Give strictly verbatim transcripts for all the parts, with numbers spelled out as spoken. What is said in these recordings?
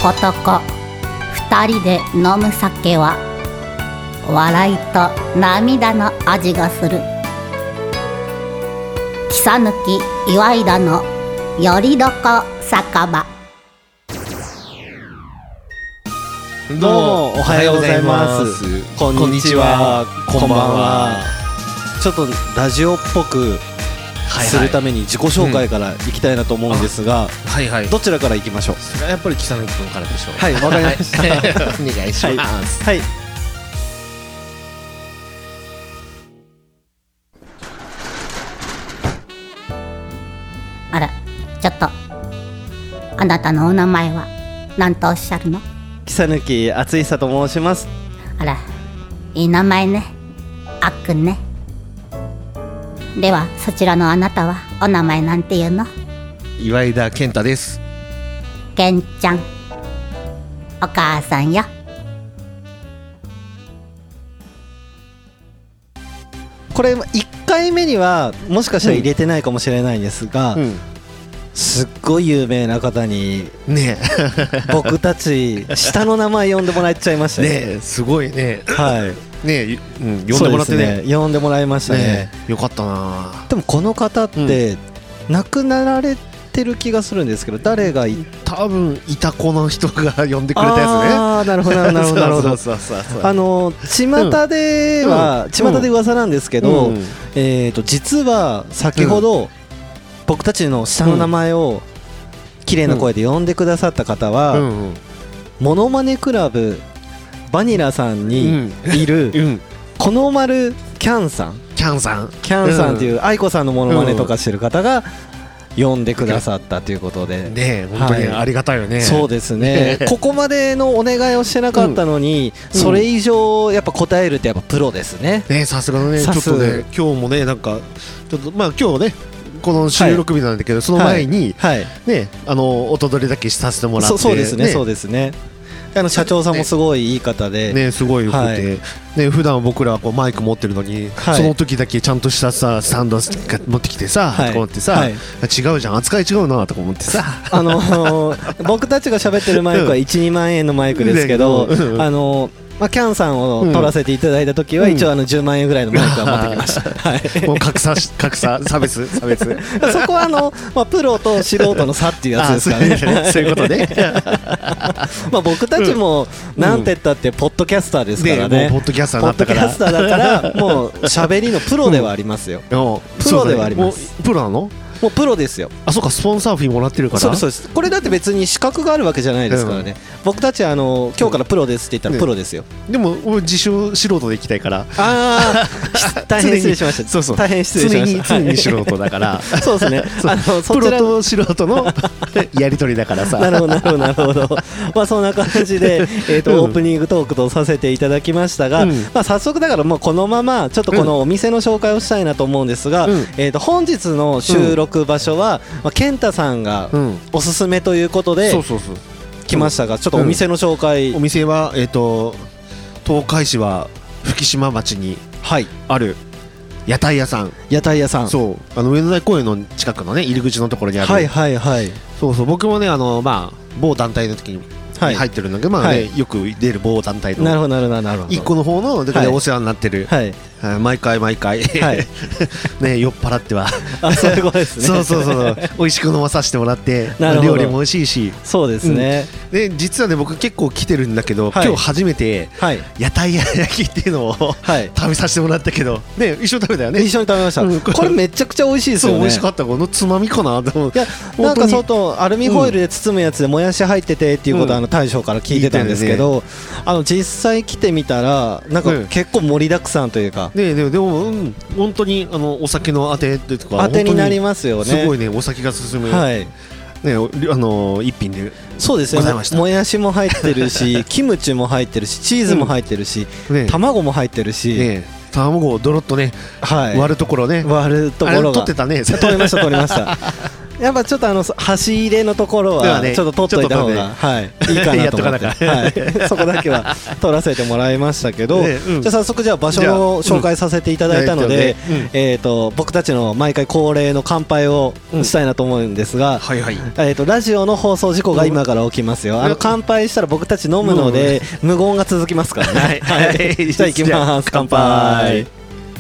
男二人で飲む酒は笑いと涙の味がする。草抜き岩井田のよりどこ酒場。 どうもおはようございます。こんにちは、こんばんは。ちょっとラジオっぽくするために自己紹介からいきたいなと思うんですが、 はいはい、 どちらからいきましょう。 それはやっぱり北野君からでしょう。 はい、わかりました。 お願いします。 はい、はい。 あら、ちょっとあなたのお名前は何とおっしゃるの？ 草抜敦久と申します。 あら、いい名前ね、あっくんね。ではそちらのあなたはお名前なんていうの？ 岩井田健太です。 健ちゃん、お母さんよ。 これいっかいめにはもしかしたら入れてないかもしれないんですが、うん、すっごい有名な方にね僕たち下の名前呼んでもらっちゃいましたね。 ね、すごいね。 はいね、うん、呼んでもらってね、 ね、呼んでもらいました ね, ね。 よかったな。 でもこの方って亡くなられてる気がするんですけど、誰がい多分いた子の人が呼んでくれたやつね。 ああ、なるほどなるほどなるほど。あの巷では、うん、巷で噂なんですけど、うん、えーと実は先ほど、うん、僕たちの下の名前を綺麗な声で呼んでくださった方は、うんうん、モノマネクラブバニラさんにいる、うん、この丸キャンさんキャンさんキャンさんっていう愛子さんのモノマネとかしてる方が呼んでくださったということで、 ね、本当にありがたいよね。はい、 そうですね。ここまでのお願いをしてなかったのに、うん、それ以上やっぱ答えるってやっぱプロですね。 ね、さすがのね。ちょっとね、今日もね、なんかちょっとまあ今日ねこの収録日なんだけど、はい、その前に、はいはい、ね、あのお届けだけさせてもらって、 そ, そうですね、ね、そうですね。あの社長さんもすごいいい方で、 ね、すごいよくて、はい、ね、普段僕らはこうマイク持ってるのに、はい、その時だけちゃんとしたさスタンド持ってきてさ、はい、とか思ってさ、はい、違うじゃん、扱い違うなとか思ってさ、 あのー、僕たちが喋ってるマイクはいち、にまんえんのマイクですけど、うん、あのーまあ、キャンさんを取らせていただいた時は一応あのじゅうまんえんぐらいのマイクは持ってきました。はい、 もう格差格差差別差別そこはあの、まあ、プロと素人の差っていうやつですからね。 そういうことね。 まあ僕たちもなんて言ったってポッドキャスターですからね。 ポッドキャスターだったから、 ポッドキャスターだからもう喋りのプロではありますよ。プロではあります。 プロなの？ もうプロですよ。 あ、そうか、スポンサーフィーもらってるから。 そうですそうです。これだって別に資格があるわけじゃないですからね、うん、僕たちはあの今日からプロですって言ったらプロですよ、 ね、でも俺自称素人で行きたいから。 ああ大変失礼しました。 そうそう、 大変失礼しました。 常に常に素人だからそうですね。あのプロと素人のやり取りだからさ。 なるほどなるほどなるほど。まあそんな感じでえっと、うん、オープニングトークとさせていただきましたが、うん、まあ早速だからもうこのままちょっとこのお店の紹介をしたいなと思うんですが、うん、えっと本日の収録場所は、まあ、健太さんがおすすめということで来ましたが、ちょっとお店の紹介、 うん、お店は、えーと、東海市は福島町にある屋台屋さん。 屋台屋さん、 そう、あの上野台公園の近くのね入り口のところにある。 はいはいはい。 そうそう、僕もね、あのまあ某団体の時に入ってるんだけど、まあね、はい、よく出る某団体のなるほどなるほどなるほど一個の方のでお世話になってる、はいはい、毎回毎回、はい、ね、酔っ払ってはあ、そういうことですね。 そうそうそう、美味しく飲まさせてもらって、料理も美味しいし。 そうですね、 うん、で実はね僕結構来てるんだけど、はい、今日初めて、はい、屋台焼きっていうのを、はい、食べさせてもらったけどね、一緒に食べたよね。 一緒に食べました、うん、これめちゃくちゃ美味しいですよね。 そう、美味しかった。このつまみかなと思う。いや、 なんか外アルミホイルで包むやつでもやし入っててっていうことは、うん、あの大将から聞いてたんですけど、ね、あの実際来てみたらなんか結構盛りだくさんというか、 ね、で, でも、うん、本当にあのお酒のあてというか、 あてになりますよね。 すごいね、お酒が進む、はい、ね、あの一品で。 そうですね、もやしも入ってるしキムチも入ってるし、チーズも入ってるし、うん、ね、卵も入ってるし、ね、 卵をドロッとね、はい、割るところね、 割るところが取ってたね。 取りました取りましたやっぱちょっとあの箸入れのところはちょっと取っといた方が、はい、いいかなと思って、はい、そこだけは取らせてもらいましたけど、ね、うん、じゃあ早速じゃあ場所の紹介させていただいたので、うん、えーと僕たちの毎回恒例の乾杯をしたいなと思うんですが、うん、はいはい、えーとラジオの放送事故が今から起きますよ。あの乾杯したら僕たち飲むので無言が続きますからね。はい、はい、じゃあ行きます。乾杯。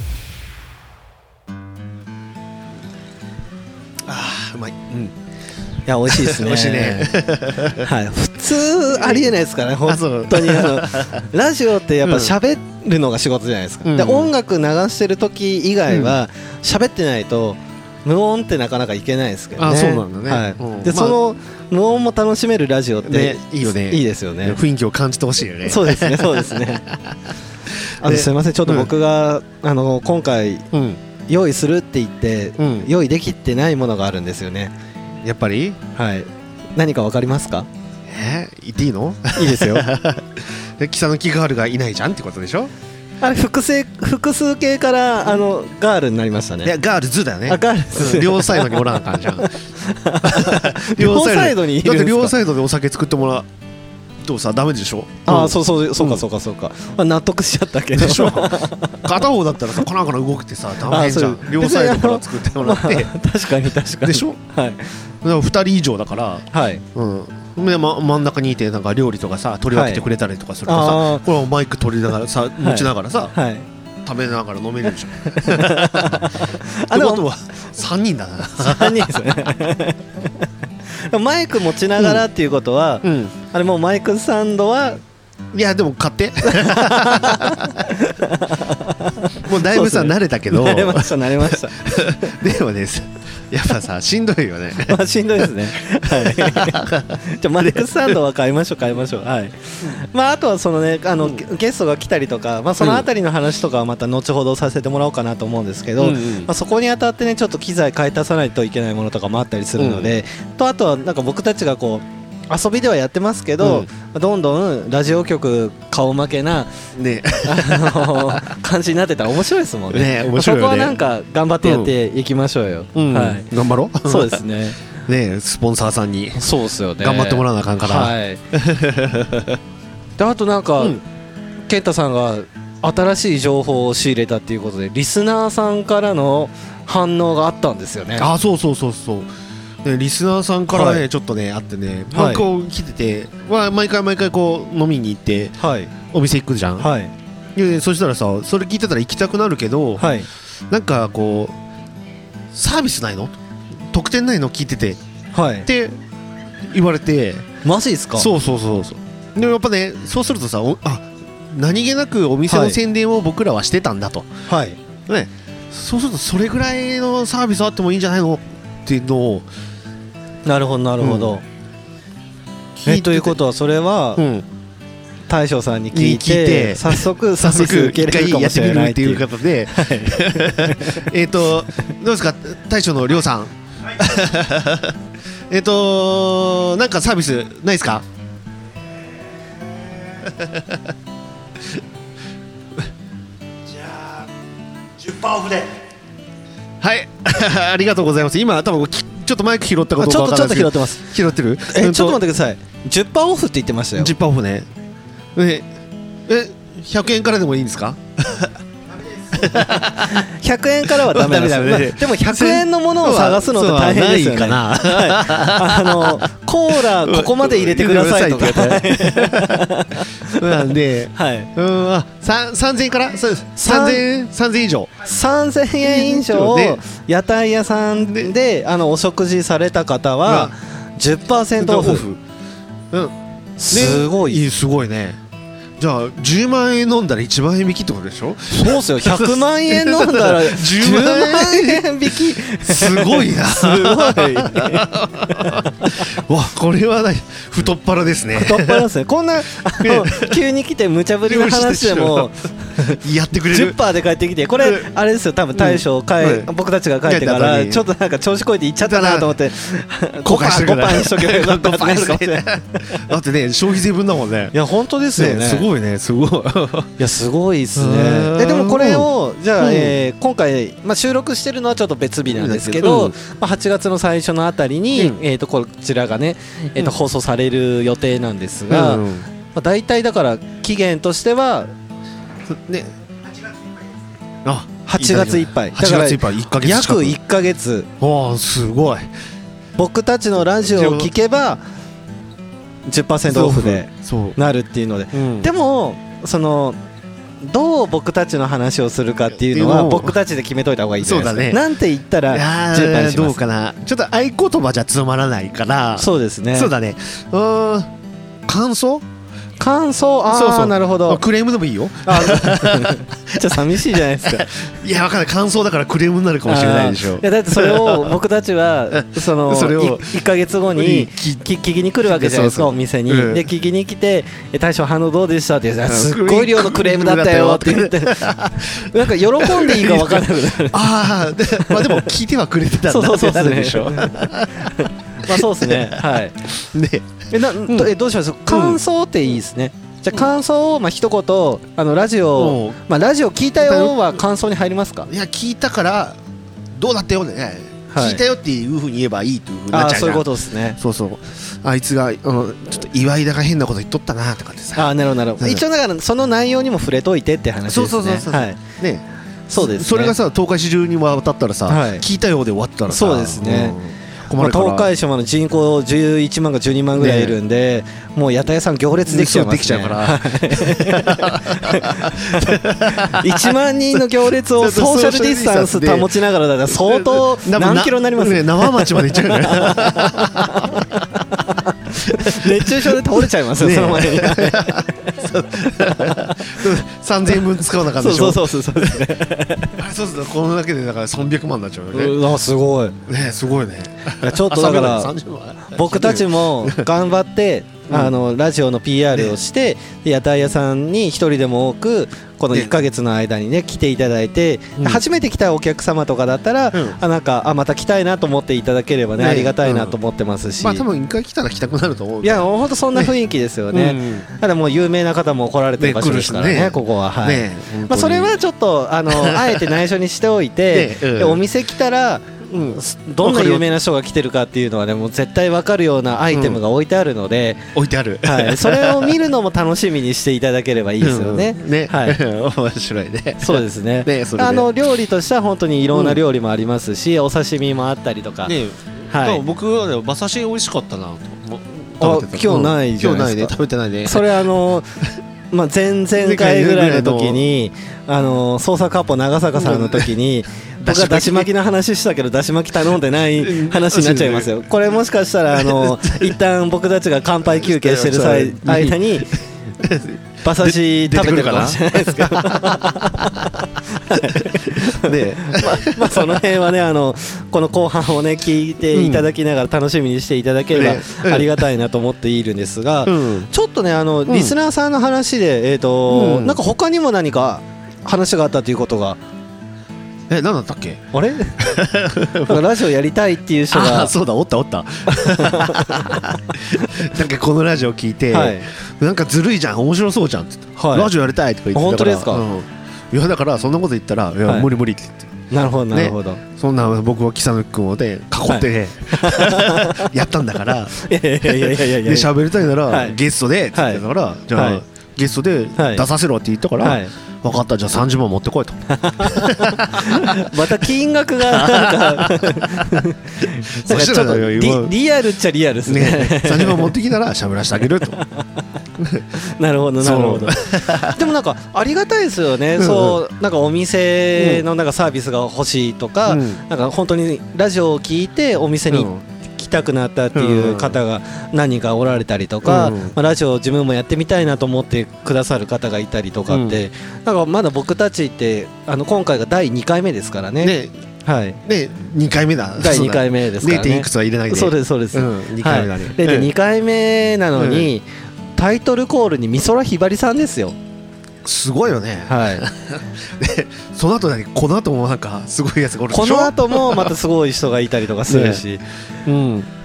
あーうまい、うん、いや美味しいですね。 美味しいね。 はい、普通ありえないですからね、本当にあのラジオってやっぱ喋るのが仕事じゃないですか。うん、で音楽流してる時以外は喋ってないと無音ってなかなかいけないですけどね。 あ、そうなんだね。 はい、うん、で、まあ、その無音も楽しめるラジオって、ね、 いいよね。 いいですよね。 雰囲気を感じてほしいよね。 そうですね、そうですね。あのすいません、ちょっと僕が、うん、あの今回、うん、用意するって言って、うん、用意できてないものがあるんですよね。 やっぱり、 はい、何かわかりますか？ えー、言っていいの？ いいですよ。 で、キサヌキガールがいないじゃんってことでしょ？ あれ複数複数形からあのガールになりましたね。 いやガールズだよね。 あ、ガールズ、 うん、両サイドにおらなあかんじゃん。 両サイドにいるんですか？ だって両サイドでお酒作ってもらうとさダメでしょ。 ああ、うん、そうそうそうかそうかそうか、うん、納得しちゃったけど。でしょ。片方だったらさ、この中の動きってさダメじゃん。両サイドから作ってもらって。 まあ、確かに確かに。 でしょ。はい。ふたり以上だから。はい。うん。で、ま、真ん中にいてなんか料理とかさ取り分けてくれたりとかするとさ、はい、これマイク取りながらさ持ちながらさ、はい、食べながら飲めるでしょ。あ、でもさんにんだな。 さんにんですね。マイク持ちながらっていうことは、うんうん、あれもうマイクスタンドは、 いやでも買って。もうだいぶさ、ね、慣れたけど。 慣れました慣れました。 でもね、やっぱさしんどいよね。 まあしんどいですね。はい。じゃあマイクスタンドは買いましょう買いましょう。はい。まああとはそのね、あの、うん、ゲストが来たりとか、まあそのあたりの話とかはまた後ほどさせてもらおうかなと思うんですけど、うんうん、まあそこにあたってねちょっと機材買い足さないといけないものとかもあったりするので、うん、とあとはなんか僕たちがこう遊びではやってますけど、うん、どんどんラジオ局顔負けな、ね、あのー、感じになってたら面白いですもんね。ね、面白いよね。そこはなんか頑張ってやっていきましょうよ。うん、はい、 頑張ろう。 そうですね。 ね、スポンサーさんにそうですよね、 頑張ってもらわなあかんから。はい。 であとなんか、うん、健太さんが新しい情報を仕入れたっていうことでリスナーさんからの反応があったんですよね。 あ、そうそうそうそう。リスナーさんからね、はい、ちょっとねあってね、はい、こう来てて、まあ、毎回毎回こう飲みに行って、はい、お店行くじゃん、はい、でそしたらさそれ聞いてたら行きたくなるけど、はい、なんかこうサービスないの特典ないの聞いてて、はい、って言われて、 マジですか？ そうそうそうそう。でもやっぱねそうするとさ、あ何気なくお店の宣伝を僕らはしてたんだと、はいね、そうするとそれぐらいのサービスあってもいいんじゃないのっていうのを、 なるほどなるほど、うん、えということはそれは、うん、大将さんに聞い て, 聞いて早速サービス受けれるかもしれないっていうことで、はい、えっとどうですか大将のりょうさん、はい、えっとなんかサービスないですか？ じゃあ じゅっパーセント オフで。 はい。ありがとうございます。今多分ちょっとマイク拾ったことが分からないですけど、ちょっとちょっと拾ってます。 拾ってる？ え、ちょっと待ってください。 じゅっパーセント オフって言ってましたよ。 じゅっパーセント オフね。ええひゃくえんからでもいいんですか？ ひゃくえんからはダメです。まあ、でもひゃくえんのものを探すのって大変ですよね。ないかな、はい、あのコーラここまで入れてくださいとかなんで、はい、うんあさんぜんえんからそうですさんぜんえんさんぜんえん以上さんぜんえん以上屋台屋さんであのお食事された方は じゅっパーセント オフ。 うん、 すごいすごいね。じゃあじゅうまんえん飲んだらいちまんえん引きってことでしょ？ そうっすよ。ひゃくまんえん飲んだらじゅうまんえん引きすごいな。すごいわ、これは太っ腹ですね。 太っ腹ですね。こんなあの急に来て無茶ぶりな話でもやってくれるじゅっパーセント で帰ってきて、これあれですよ、多分大将帰、うん、僕たちが帰ってからちょっとなんか調子こいて行っちゃったなと思って後悔してるからごパーにしとけばよかったなとか。 だってね消費税分だもんね。 いや本当ですよね。 すごごいね、すごい。いやすごいですね。えでもこれをじゃあ、うんえー、今回、まあ、収録してるのはちょっと別日なんですけど、うんまあ、はちがつの最初のあたりに、うんえー、とこちらがね、えー、と放送される予定なんですが、うんまあ、大体だから期限としてはねあはちがついっぱい、だから約いっかげつ。 わあすごい。 僕たちのラジオを聞けば じゅっパーセント オフでなるっていうので、うん、でもそのどう僕たちの話をするかっていうのは僕たちで決めといた方がいいじゃないですか。そうだね、なんて言ったらじゅっパーセントにします。 どうかな、ちょっと合言葉じゃつまらないから。 そうですね、 そうだね、うーん感想感想、ああそうそう、なるほど。 クレームでもいいよ。 あじゃあ寂しいじゃないですか。いや分かんない、感想だからクレームになるかもしれないでしょ。いやだってそれを僕たちはそのそれをいっかげつごに聞きに来るわけじゃないですか、お店に、うん、で聞きに来て大将反応どうでしたって言って、すっごい量のクレームだったよって言ってなんか喜んでいいか分からなくなる。 ああで、まあ、でも聞いてはくれてたんだってなるでしょ。 まあそうですね、はい。ねえな、うん、えどうします？感想っていいですね。じゃあ感想をまあ一言、あのラジオ、まあラジオ聞いたよは感想に入りますか？ いや聞いたからどうだったよね、はい、聞いたよっていう風に言えばいいという風になっちゃうじゃん。あ、 そういうことですね。 そうそう、あいつがあのちょっと岩井田が変なこと言っとったなとかってさ。 あ、なるほどなるほど。一応だからその内容にも触れといてって話ですね。そうそうそうそう、はい、ね、そうですね。 それがさ東海市中にわたったらさ、はい、聞いたようで終わったらさ。 そうですね、うん、まあ、東海市の人口じゅういちまんかじゅうにまんぐらいいるんで、ね、もう屋台屋さん行列できちゃいますね。できちゃうからいちまんにんの行列をソーシャルディスタンス保ちながらだから相当何キロになりますね。 生町まで行っちゃうね。 熱中症で倒れちゃいますよ、ね、その前にさんぜんえんぶん使わなかったでしょ。 そうそうそうそうですね。 あれそうするとこのだけでだからさんびゃくまんになっちゃうよね。 うわすごいね、すごいね。 ちょっとだから僕たちも頑張ってあのラジオの ピーアール をして屋台屋さんに一人でも多くこのいっかげつの間にね来ていただいて、初めて来たお客様とかだったらあなんかあまた来たいなと思っていただければねありがたいなと思ってますし、 まあ多分一回来たら来たくなると思う。 いや本当そんな雰囲気ですよね。ただもう有名な方も来られてる場所ですからね、ここは。はい。まあそれはちょっとあのあえて内緒にしておいて、お店来たらうん、どんな有名な人が来てるかっていうのはねもう絶対分かるようなアイテムが置いてあるので、 うん、置いてある、 はい、それを見るのも楽しみにしていただければいいですよね。 うん、ね、 はい、 面白いね。 そうですね。ね、あの料理としては本当にいろんな料理もありますし、うん、お刺身もあったりとか。ね、 はい、僕は、ね、馬刺し美味しかったなと。あ、今日ないじゃないですか。 今日ないね、食べてないね。 それあのまあ、前々回ぐらいの時にあの捜査カポ長坂さんの時に僕はだし巻きの話したけどだし巻き頼んでない話になっちゃいますよ。これもしかしたらあの一旦僕たちが乾杯休憩してる際間に馬刺し食べてるかもしれないですけどで、まあ、まあその辺はねあのこの後半をね聞いていただきながら楽しみにしていただければありがたいなと思っているんですが、ちょっとねあのリスナーさんの話でえっとなんか他にも何か話があったということが。 え、何だったっけ？ あれ？ラジオやりたいっていう人が。 あ、そうだ、おったおった。なんかこのラジオ聞いて、はい、なんかずるいじゃん、面白そうじゃんって、はい、ラジオやりたいとか言ってたから。 本当ですか？うん、 いやだからそんなこと言ったら、いや、はい、無理無理って言って。 なるほどなるほど、ね、 そんな僕は木更木君をで囲って、はい、やったんだからで喋りたいなら、はい、ゲストでって言ってたから、はい、じゃあ、はい、ゲストで出させろって言ったから、はい、分かった、じゃあさんじゅうまん持ってこいと。 また金額がなんかなんかちょっと リ, リアルっちゃリアルですね。 ね、さんじゅうまん持ってきたら喋らせてあげると。 なるほどなるほど。でもなんかありがたいですよね。うん、そうなんかお店のなんかサービスが欲しいとか、うん、なんか本当にラジオを聞いてお店に、うん来たくなったっていう方が何人かおられたりとか、うんまあ、ラジオ自分もやってみたいなと思ってくださる方がいたりとかって、うん、なんかまだ僕たちってあの今回がだいにかいめですからね。ね、はい、 でにかいめだ。 だいにかいめですからね。 ゼロ. いくつは入れないで。 そうですそうです。うん、 にかいめだね。 はい、でにかいめなのに、うん、タイトルコールに美空ひばりさんですよ。 すごいよね。 はい。 でその後何この後もなんかすごいやつがおるでしょ。 この後もまたすごい人がいたりとかするし、 ね、うん。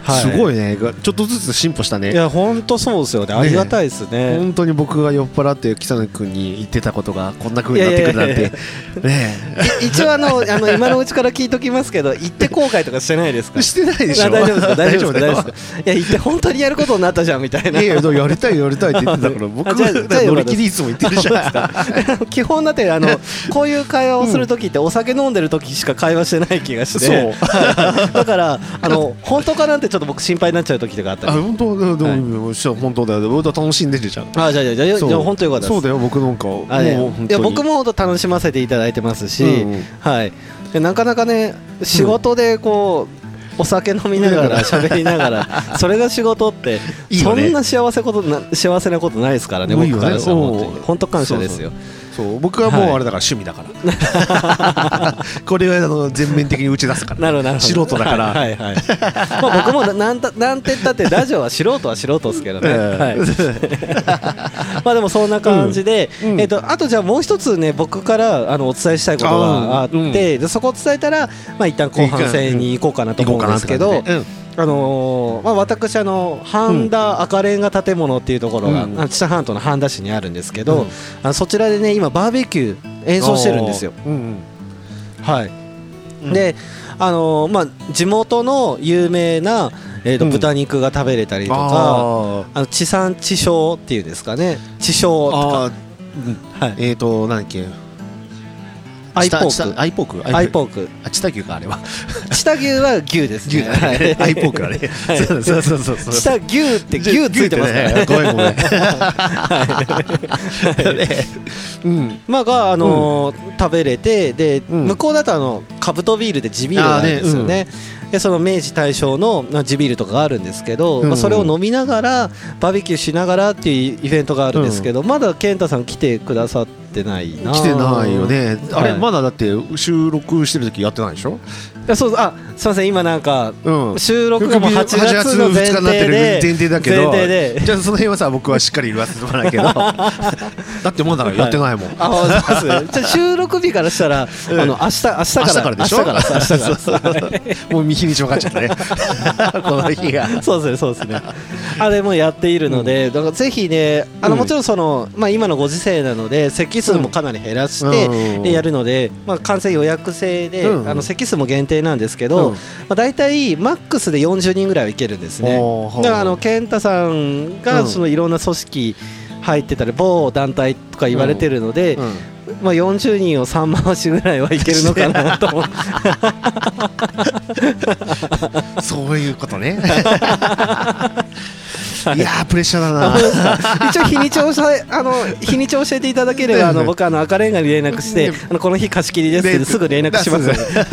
すごいね、ちょっとずつ進歩したね。 いや本当そうですよね、ありがたいですね。 本当に僕が酔っ払って北野君に言ってたことがこんな風になってくるなんてね。 一応あのあの今のうちから聞いときますけど、行って後悔とかしてないですか？ してないでしょ。 大丈夫ですか？大丈夫ですか？大丈夫ですか？いや行って本当にやることになったじゃんみたいな。 いやいややりたいやりたいって言ってたから僕は乗り切りいつも言ってるじゃないですか。 基本だってあのこういう会話をするときってお酒飲んでるときしか会話してない気がして、そうだからあの本当かなんてちょっと僕心配になっちゃう時とかあったり。 あ本当でも、はい、本当だよ。僕は楽しんでるじゃん。 あじゃあじゃあじゃあじゃあ本当よかったです。 そうだよ僕なんかもういや僕も本当楽しませていただいてますし、うんうん、はいでなかなかね仕事でこう、うんお酒飲みながら喋りながらそれが仕事ってそんな幸せことな幸せなことないですからね。僕からしたら本当感謝ですよ。 そう僕はもうあれだから趣味だから、はい、これはあの全面的に打ち出すからなるほど素人だから、 はいはいはいまあ僕もなんたなんて言ったってラジオは素人は素人ですけどね、はい、まあでもそんな感じで、うんえー、とあとじゃあもう一つね僕からあのお伝えしたいことがあって、うん、でそこを伝えたらまあ一旦後半戦に行こうかなと思うんですけど、あのーまあ、私あの半田赤レンガ建物っていうところが、うん、知多半島の半田市にあるんですけど、うん、あのそちらでね今バーベキュー演奏してるんですよ、うんうん、はい、うん、であのーまあ、地元の有名な、えーとうん、豚肉が食べれたりとか、ああの地産地消っていうんですかね、地消とか、 うんはい、えーとなんだっけアイポークアイポークアイポークあ知多牛かあれは知多牛は牛ですね。 牛だねアイポークあれそうそうそうそう知多牛って牛ついてますからね。 ごめんごめんうんまあがあの食べれてで向こうだとあのカブトビールで地ビールがあるんですよね。でその明治大正の地ビールとかがあるんですけど、うんまあ、それを飲みながらバーベキューしながらっていうイベントがあるんですけど、うん、まだ健太さん来てくださってないな。 来てないよね、はい、あれまだだって収録してる時やってないでしょ。 いやそうあすみません今なんか、 うん、 収録がもうはちがつの前提で前提だけどじゃあその辺はさ僕はしっかり言わせてもらわないけどだってまだやってないもん、 はい、あじゃあ収録日からしたら、うん、あの明日明日から明日からでしょ。 明日から明日からもう見日にち分かっちゃったねこの日がそうですねそうですねあれもやっているので、うん、だからぜひねあのもちろんその、まあ、今のご時世なので席数もかなり減らして、うん、でやるので、まあ、完全予約制で、うん、あの席数も限定なんですけど、うんまあ、大体マックスでよんじゅうにんぐらいはいけるんですね。だからあの健太さんがそのいろんな組織入ってたり某団体とか言われてるので、うんうんまあ、よんじゅうにんをさん回しぐらいはいけるのかなと思うそういうことねいやープレッシャーだな一応日にちをあの日にちを教えていただければあの僕あの赤レンガに連絡してあのこの日貸し切りですってすぐ連絡しますので、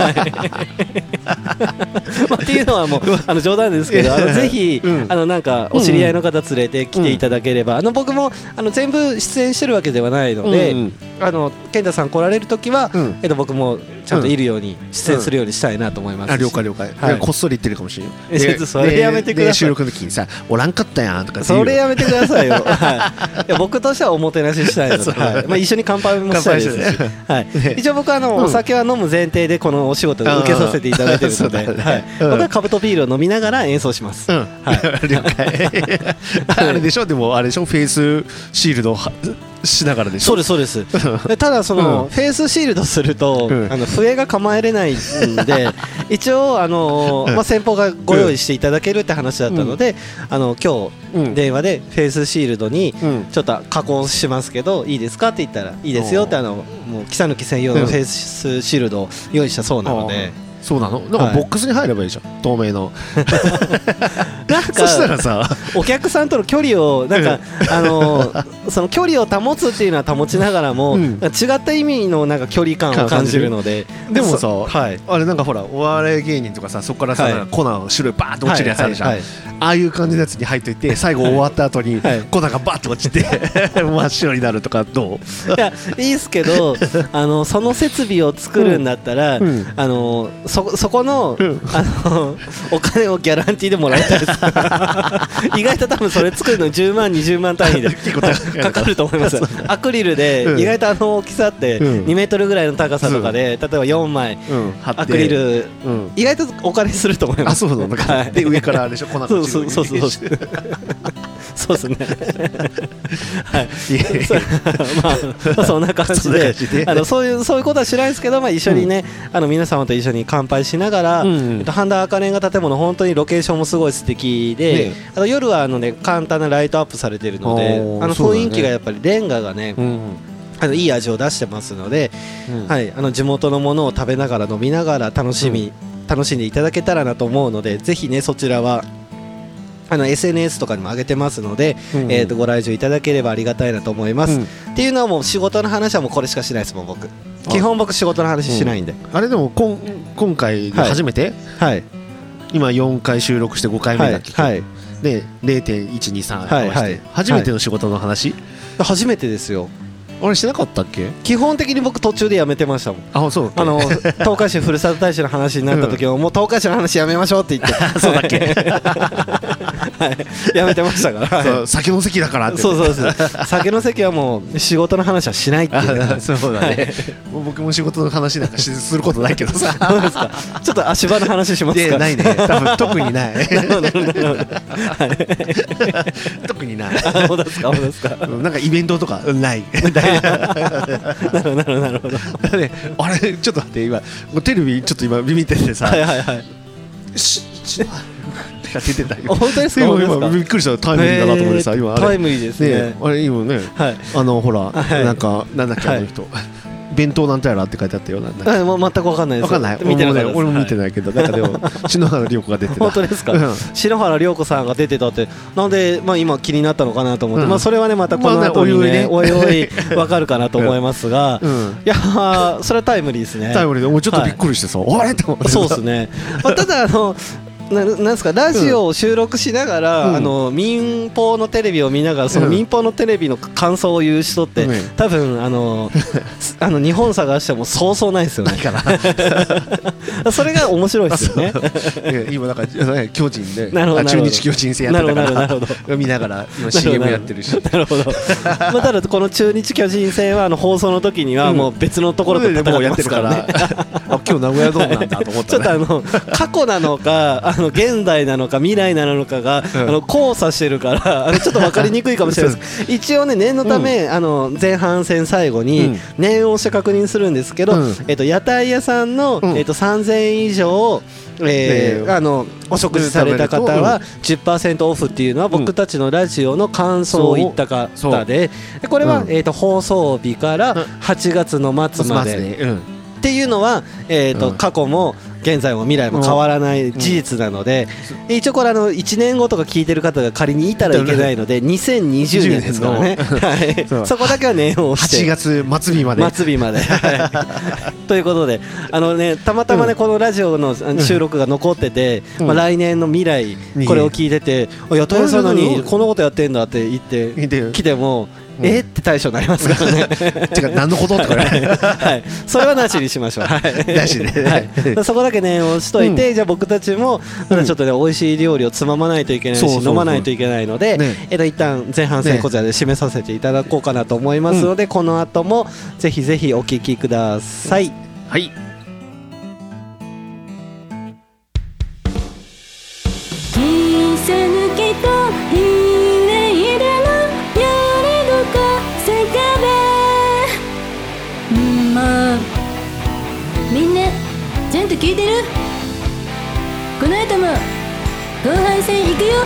まあ、っていうのはもうあの冗談ですけどあのぜひ、うん、あのなんかお知り合いの方連れて来ていただければ、うん、あの僕もあの全部出演してるわけではないので、うん、あの健太さん来られるときは、うんえっと、僕もちゃんといるように出演するようにしたいなと思いますし、 うん、あ了解了解、はい、こっそり言ってるかもしれない。 それやめてください。 収録の時にさおらんかったやんとかそれやめてくださいよ、はい、いや僕としてはおもてなししたいので、はいまあ、一緒に乾杯もしたいですし、はい、一応僕はあの、うん、お酒は飲む前提でこのお仕事を受けさせていただいているので、ねはい、僕はカブトビールを飲みながら演奏します、うんはい、 了解あれでしょでもあれでしょフェイスシールドしながらでしょ。 そうですそうですでただその、うん、フェイスシールドすると、うん、あの笛が構えれないんで一応あの、まあ、先方がご用意していただけるって話だったので、うん、あの今日、うん、電話でフェイスシールドにちょっと加工しますけど、うん、いいですかって言ったらいいですよってあのもう木ぬき専用のフェイスシールドを用意したそうなので、 そうなのなんかボックスに入ればいいじゃん、はい、透明のなんかそしたらさお客さんとの距離をなんかあのその距離を保つっていうのは保ちながらも、うん、違った意味のなんか距離感を感じるのででもさ、はい、あれなんかほらお笑い芸人とかさそこからさ、はい、粉の種類バーッと落ちるやつあるじゃん、はいはいはい、 ああいう感じのやつに入っといて最後終わった後に粉がバッと落ちて真っ白になるとかどう？ いやいいですけどあのその設備を作るんだったら、うん、あの そ, そこの、うん、あのお金をギャランティーでもらいたいです意外と多分それ作るのにじゅうまんにじゅうまん単位で結構かかると思いますアクリルで、うん、意外とあの大きさってにメートルぐらいの高さとかで、うん、例えばよんまい、うん、アクリル、うん、意外とお金すると思います。 あ、そうなのか、はい、で上からあれでしょ粉が落ちる。 そうそうそうそうそうですねはいまあそんな感じであのそういうそういうことはしないですけど、まあ、一緒にね、うん、あの皆様と一緒に乾杯しながら、うんうんえっと、半田赤レンガ建物本当にロケーションもすごい素敵で、ね、あの夜はあの、ね、簡単なライトアップされているのであの雰囲気がやっぱりレンガがね、うんうんあのいい味を出してますので、うんはい、あの地元のものを食べながら飲みながら楽しみ、うん、楽しんでいただけたらなと思うのでぜひねそちらはあの エスエヌエス とかにも上げてますので、うんうんえー、とご来場いただければありがたいなと思います、うん、っていうのはもう仕事の話はもうこれしかしないですもん僕基本僕仕事の話しないんで、 うん、あれでもこん今回初めて、はいはい、今よんかい収録してごかいめだっけ、はいはい、で れいてんいちにさん 合わせて、はいはい、初めての仕事の話、 はい、初めてですよ。 あれしなかったっけ？ 基本的に僕途中でやめてましたもん。 あ、そうあの東海市ふるさと大使の話になった時は、うん、もう東海市の話やめましょうって言ってそうだっけはい、やめてましたから、 そう酒の席だからって、ね、 そうそうそう酒の席はもう仕事の話はしないっていう、 ね、そうだね、はい、もう僕も仕事の話なんかすることないけどさそうですか。ちょっと足場の話しますか？ ないね多分特にないなるほどなるほど、はい、 特にないあ、そうですかそうですかなんかイベントとかないなるほどなるほどなるほどね、あれちょっと待って今テレビちょっと今ビビっててさはいはいはいししが出てたよ。 本当ですか？ 今今びっくりしたタイムリーだなと思ってさ今あれタイムリーですね。 あれ今ねあのほらなんかなんだっけあの人弁当なんてやらって書いてあったよ。なんだっけ全く分かんないです。 分かんない。 見てなかったです。 俺も見てないけどなんかでも篠原涼子が出てた。 本当ですか？篠原涼子さんが出てたってなんでまあ今気になったのかなと思って、まあそれはねまたこの後にねおいおい分かるかなと思いますが、いやそれはタイムリーですね。 タイムリーでもうちょっとびっくりしてさ、あれと思って。 そうですね。ただあのな, なんですかラジオを収録しながら、うん、あの民放のテレビを見ながらその民放のテレビの感想を言う人って、うん、多分あのあの日本探してもそうそうないですよね。それが面白いですよね。 今なんか巨人で中日巨人戦やってたから見ながら今 シーエム やってるし。 なるほど。まあただこの中日巨人戦はあの放送の時にはもう別のところで戦ってますからね。 今日名古屋ドームなんだと思った。 ちょっとあの過去なのかあの現代なのか未来なのかが、うん、あの交差してるからあのちょっと分かりにくいかもしれないです一応ね念のため、うん、あの前半戦最後に念をして確認するんですけど、うんえっと、屋台屋さんの、うんえっと、さんぜんえん以上えーね、あのお食事された方は じゅっパーセント オフっていうのは僕たちのラジオの感想を言った方でこれは、うんえー、と放送日からはちがつの末まで、うん、っていうのは、えーとうん、過去も現在も未来も変わらない事実なので、うん、一応これあのいちねんごとか聞いてる方が仮にいたらいけないのでにせんにじゅうねんですからね、はい、そ, そこだけは念を押してはちがつ末日まで末日まで、はい、ということであの、ね、たまたま、ねうん、このラジオの収録が残ってて、うんまあ、来年の未来これを聞いててやとやさんのにこのことやってんだって言ってきてもうん、えって対象になりますからね。 てか何のこととかね、 はい、それはなしにしましょう。はい、 なしで、 はい、そこだけ念をしといて、うん、じゃあ僕たちもまだちょっとね美味しい料理をつままないといけないし、うん、飲まないといけないので、ね、えっと一旦前半戦こちらで締めさせていただこうかなと思いますので、ね、この後もぜひぜひお聞きください。 はい。 ちゃんと聞いてる？この後も後半戦行くよ。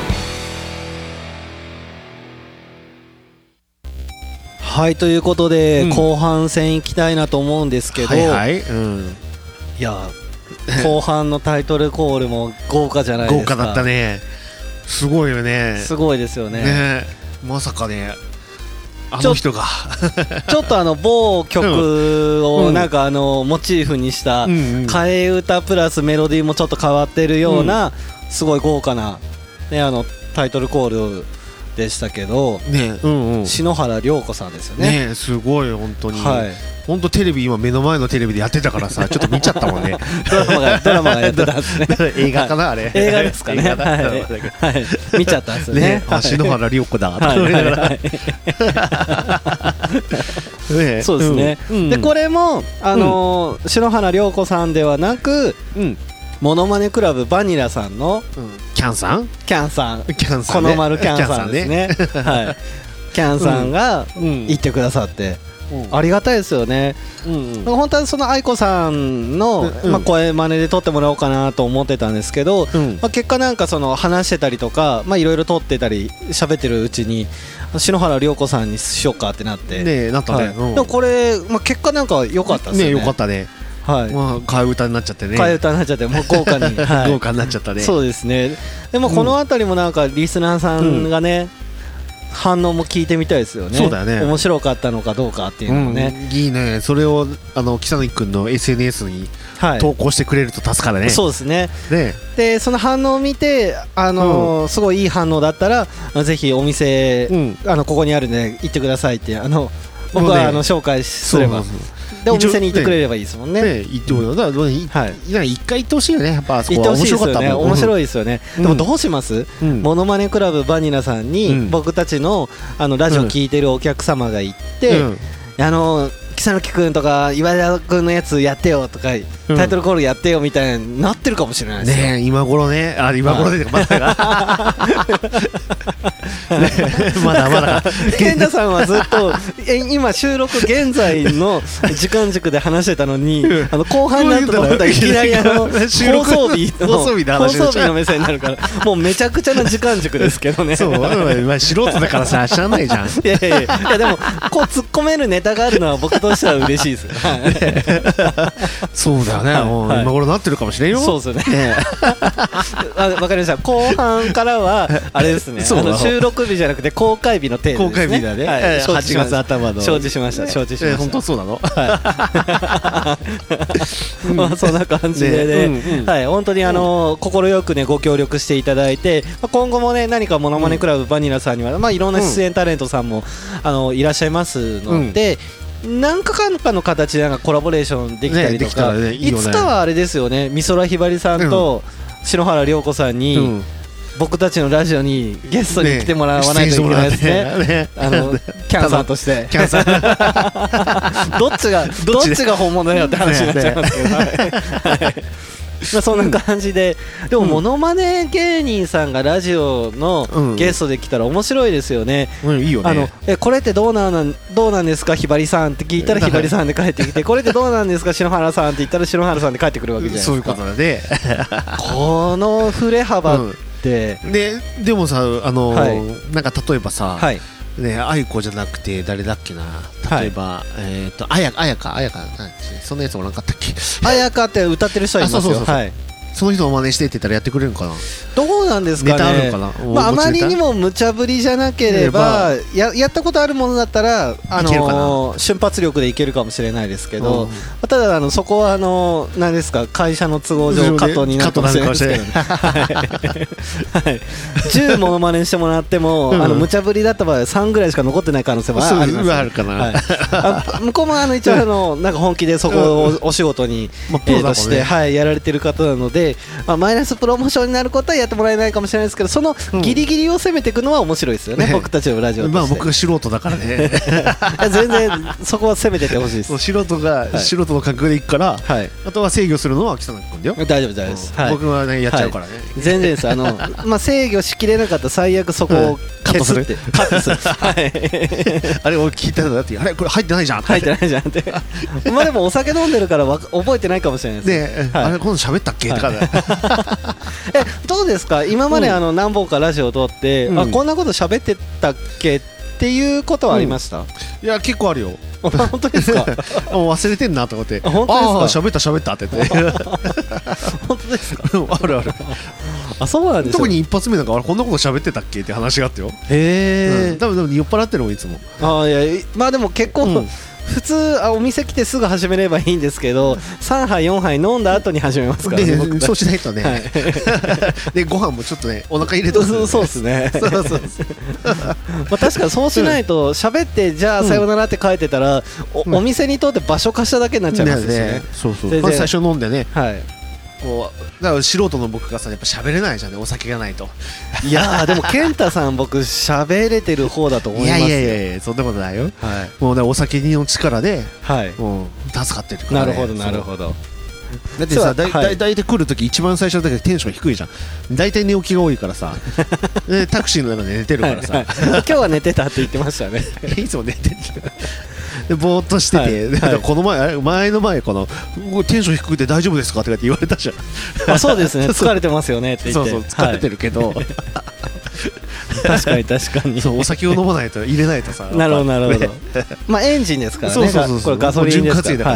はいということで、うん、後半戦行きたいなと思うんですけど、 はいはいうん、 いや後半のタイトルコールも豪華じゃないですか。 豪華だったね。すごいよね。 すごいですよ ね, ねまさかねあの人がちょっとあの某曲をなんかあのモチーフにした替え歌プラスメロディーもちょっと変わってるようなすごい豪華なね、あのタイトルコールでしたけど、 ね、うんうん、 篠原涼子さんですよね。 ね、すごい本当に。 はい。 本当テレビ今目の前のテレビでやってたからさ、ちょっと見ちゃったもんね。 ドラマがドラマがやってたんですね。 映画かなあれ。 映画ですかね。 映画だったんだけど、 はいはい、見ちゃったんですよね。 ね、あ、篠原涼子だ。はいはいはい。ね、 そうですね。うん、でこれもあのーうん、篠原涼子さんではなく、うん、モノマネクラブバニラさんの、うん、 キャンさん、 キャンさん、 キャンさん、ね、 この丸キャンさんですね。はい。キャンさんが言ってくださって。うん、ありがたいですよね、うんうん、本当はその愛子さんの、うんまあ、声真似で撮ってもらおうかなと思ってたんですけど、うんまあ、結果なんかその話してたりとかいろいろ撮ってたり喋ってるうちに篠原涼子さんにしようかってなってねえなったね、 はいうん、でもこれ、まあ、結果なんか良かったですよね。 ね良かったね。はい、まあ替え歌になっちゃってね。 替え歌になっちゃってもう豪華に、 はい、豪華になっちゃったね。 そうですね。でもこのあたりもなんかリスナーさんがね、うん反応も聞いてみたいですよね。 そうだよね。 面白かったのかどうかっていうのもね、 うん、いいね。それをあの木更木くんの エスエヌエス に投稿してくれると助かるね、はい、 そうですね。 ねでその反応を見てあのーうん、すごいいい反応だったらぜひお店、うん、あのここにあるんで行ってくださいってあの僕は、ね、あの紹介すればそうそうそうでお店に行ってくれればいいですもんね。 ね行ってもらうだから一回行ってほしいよね。やっぱあそこは面白かったもん。 行ってほしいですよね。面白いですよね。でもどうします？モノマネクラブバニラさんに僕たちのあのラジオ聞いてるお客様が行ってあの木更木くんとか岩田くんのやつやってよとかタイトルコールやってよみたいになってるかもしれないですよね。今頃ねあ今頃でまだまだまだ健太さんはずっと今収録現在の時間軸で話してたのにあの後半になったと思ったらいきなりあの放送日の放送日の目線になるからもうめちゃくちゃな時間軸ですけどね。 そう素人だからさ知らないじゃん。いやいやいやでもこう突っ込めるネタがあるのは僕としては嬉しいですよ。 そうだよね。もう今頃なってるかもしれんよ。 そうですね。わかりました。後半からはあれですね。あの収録日じゃなくて公開日のテーマですね。 公開日だね。はちがつ頭の。 承知しました。承知しました。 本当そうなの？ まあそんな感じでね。はい本当にあの心よくねご協力していただいて今後もね何かモノマネクラブバニラさんにはまあいろんな出演タレントさんもあのいらっしゃいますので。何かかの形でなんかコラボレーションできたりとか、ねねいいね、いつかはあれですよね美空ひばりさんと篠原涼子さんに、うん、僕たちのラジオにゲストに来てもらわないといけないですね、ねね、あのキャンさんとしてキャンさんどっちがどっちが本物だよって話になっちゃいますけど、ねはいまあそんな感じで、うん、でもモノマネ芸人さんがラジオのゲストで来たら面白いですよね。 うん、いいよね。 あのえこれってどうなんどうなんですかひばりさんって聞いたらひばりさんで帰ってきてこれってどうなんですか篠原さんって言ったら篠原さんで帰ってくるわけじゃないですか。 そういうことだね。 この振れ幅って、 うん、ででもさあのーはい、なんか例えばさ、はいね、愛子じゃなくて誰だっけな例えば、はい、えっ、ー、とあやあやかあやかそんなやつもなかったっけあやかって歌ってる人はいますよ。そうそうそうそう、はい、 その人を真似してって言ったらやってくれるのかな。 どうなんですかね。 ネタあるのかな。 まあ、あまりにも無茶ぶりじゃなければや, やったことあるものだったら、あのー、瞬発力でいけるかもしれないですけど、うん、ただあのそこはあのー、何ですか会社の都合上カットになるかもしれないですけど、ねはい、じゅうモノマネしてもらっても、うん、あの無茶ぶりだった場合さんぐらいしか残ってない可能性もあります、ね、 あるかな、はい、 あ向こうもあの一応あのなんか本気でそこをお仕事に、まあえー、として、はい、やられてる方なので、まあ、マイナスプロモーションになることはやってもらえないかもしれないですけどそのギリギリを攻めていくのは面白いですよね、うん、僕たちのラジオとして。 まあ僕が素人だからね全然そこは攻めててほしいです。 素人が、はい、素人の感覚でいくから、はい、あとは制御するのは北野君だよ。 大丈夫大丈夫です、 うんはい、僕はねやっちゃうからね、はい、 全然ですあの、まあ、制御しきれなかったら最悪そこをカットするってカットするはいあれを聞いたのだってあれこれ入ってないじゃん入ってないじゃんってまあでもお酒飲んでるからわ覚えてないかもしれないですね、はい、あれ今度喋ったっけ、はい、とかえどうですか今まであの何本かラジオを撮って、うん、あこんなこと喋ってたっけっていうことはありました、うん、 いや結構あるよ本当ですかもう忘れてんなと思って本当ですか喋った喋ったって言って本当ですかあるあるあそうなんですよ。 特に一発目なんかあれこんなこと喋ってたっけって話があったよ。 へえ、 うん、多分でも酔っ払ってるもんいつも。 あいやまあでも結構、うん、 普通あお店来てすぐ始めればいいんですけどさんはいよんはい飲んだ後に始めますからね。 でそうしないとね、はい、でご飯もちょっとねお腹入れとく、 ね、そうですねそうそうそうまあ確かにそうしないと喋ってじゃあさよならって書いてたら、うん、お, お店にとって場所貸しただけになっちゃいますしね、ねそうそう、まず最初飲んでね、 はい、 こうだから素人の僕がさやっぱ喋れないじゃんね、お酒がないと。 いやでも健太さん僕喋れてる方だと思いますよ。 いやいやいやそんなことないよ、はい、もうねお酒の力で、はい、もう助かってるから、ね、 なるほどなるほど。 だってさ、だいたい大体来るとき一番最初だけテンション低いじゃん。大体寝起きが多いからさでタクシーの中で寝てるからさ、はいはい、 今日は寝てたって言ってましたねいつも寝てるでぼーっとしてて、はいはい、この前前の前このテンション低くて大丈夫ですかって言われたじゃん。 あそうですね疲れてますよねって言って。 そうそう疲れてるけど、はい、 確かに確かにそうお酒を飲まないと入れないとさなるほどなるほどまあエンジンですからね。 そうそうそうそう、 これガソリンですから、 はい、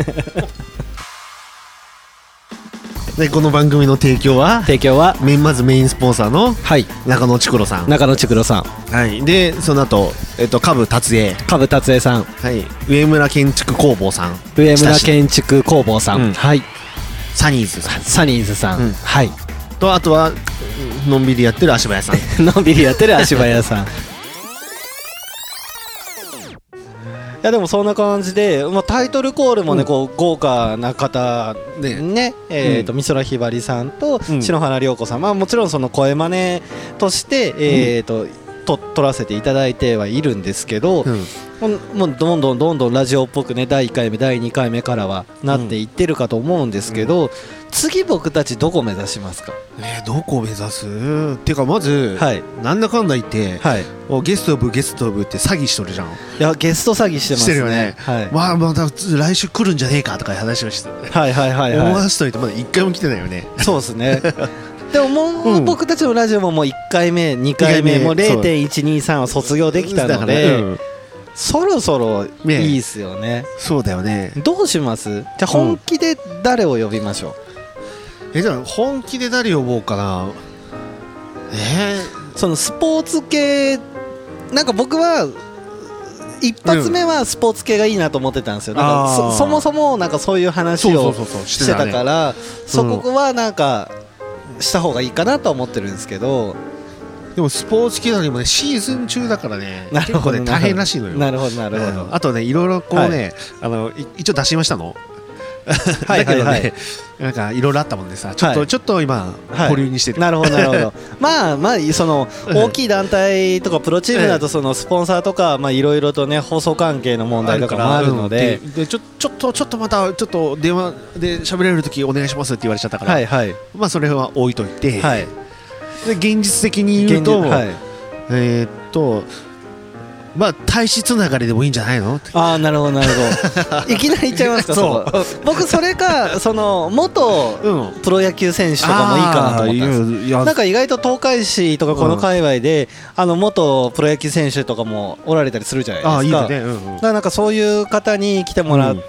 でこの番組の提供は提供はまずメインスポンサーの中野ちくろさん、 中野ちくろさん、 はい、でその後えっと下部達也下部達也さん、 はい、上村建築工房さん上村建築工房さん、うん、はい、 サニーズさんサニーズさん、うん、はいとあとはのんびりやってる足早さんのんびりやってる足早さんいやでもそんな感じで、まあ、タイトルコールもね、うん、こう豪華な方でね、えーとうん、美空ひばりさんと篠原涼子さん、まあ、もちろんその声真似として、えーとと撮らせていただいてはいるんですけど、うん、もうどんどんどんどんラジオっぽくねだいいっかいめだいにかいめからはなっていってるかと思うんですけど、うん、次僕たちどこ目指しますかね。どこ目指すっていうかまず、はい、なんだかんだ言って、はい、ゲスト呼ぶゲスト呼ぶって詐欺しとるじゃん。いやゲスト詐欺してますね。してるよね、 はい、まあまた来週来るんじゃねえかとか話をしてた、 はいはいはいはい、 思わしといてまだいっかいも来てないよね。 そうですねでももう、うん、僕たちのラジオももういっかいめにかいめもう れいてんいちにさん は卒業できたので、うん、そろそろいいっすよね。 ねそうだよね。 どうします？じゃあ本気で誰を呼びましょう、 うん、えじゃあ本気で誰呼ぼうかな。えー、そのスポーツ系なんか僕は一発目はスポーツ系がいいなと思ってたんですよ。なんか そ, そもそもなんかそういう話をしてたからそこはなんかした方がいいかなと思ってるんですけど、 でもスポーツ系なのにもねシーズン中だからね結構ね大変らしいのよ。 なるほどなるほど、 うん、あとねいろいろこうね、はい、あの一応出しましたのだけどね、はいはい、なんかいろいろあったもんでさちょっと、はい、ちょっと今保留にしてる、 はい、なるほどなるほどまあまあその大きい団体とかプロチームだとそのスポンサーとかまあいろいろとね放送関係の問題とかもあるので、 うん、で, でちょちょっとちょっとまたちょっと電話で喋れるときお願いしますって言われちゃったから、はいはい、まあそれは置いといて、はい、で現実的に言うと、はい、えー、っとまあ体質つながりでもいいんじゃないの。 ああなるほどなるほどいきなり言っちゃいますか。そう僕それかその元プロ野球選手とかもいいかなと思ったんです。なんか意外と東海市とかこの界隈で、うん、あの元プロ野球選手とかもおられたりするじゃないですか。あいいね、うんうん、だからなんかそういう方に来てもらって、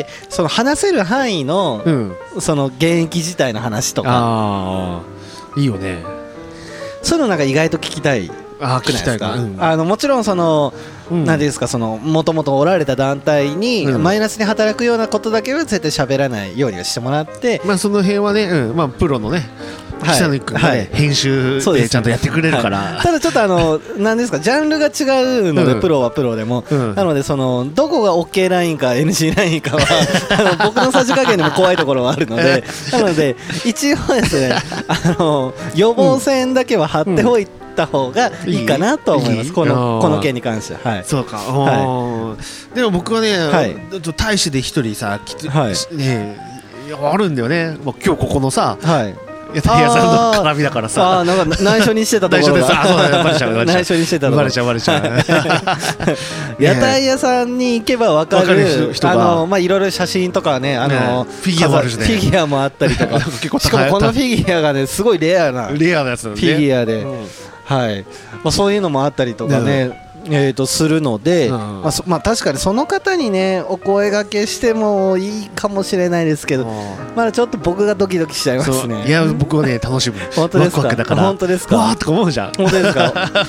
うん、その話せる範囲の、うん、その現役自体の話とかあいいよね。 そういうのなんか意外と聞きたい。あ聞きたいか、うん、あのもちろんその、うん、なんですかそのもともとおられた団体にマイナスに働くようなことだけは絶対喋らないようにはしてもらって、 まあその辺はね、うんまあ、プロのね北野君が、ねはい、編集でちゃんとやってくれるから、 はい、ただちょっとあのなんですかジャンルが違うので、うん、プロはプロでも、うん、なのでそのどこが OK ラインか エヌジー ラインかはあの僕のさじ加減でも怖いところはあるのでなので一応ですねあの予防線だけは張っておいて、うんた方がいいかなと思います。いいこのこの件に関しては、はい、 そうか、はい、でも僕はね、はい、大使で一人さきつ、はいね、あるんだよね。もう今日ここのさ、はい屋台屋さんの絡みだからさあなんか内緒にしてたところが内緒にしてたところバレちゃうバレちゃう屋台屋さんに行けば分かるあのまあいろいろ写真とかねあのフィギュアもあるしねフィギュアもあったりとかしかもこのフィギュアがねすごいレアなレアなやつフィギュアではいまあそういうのもあったりとかねえー、とするので、うんまあそまあ、確かにその方にねお声掛けしてもいいかもしれないですけど、まだちょっと僕がドキドキしちゃいますね。 いや僕はね楽しむ本当ですか。 ワクワクだから本当ですか。 わーとか思うじゃん。 本当ですか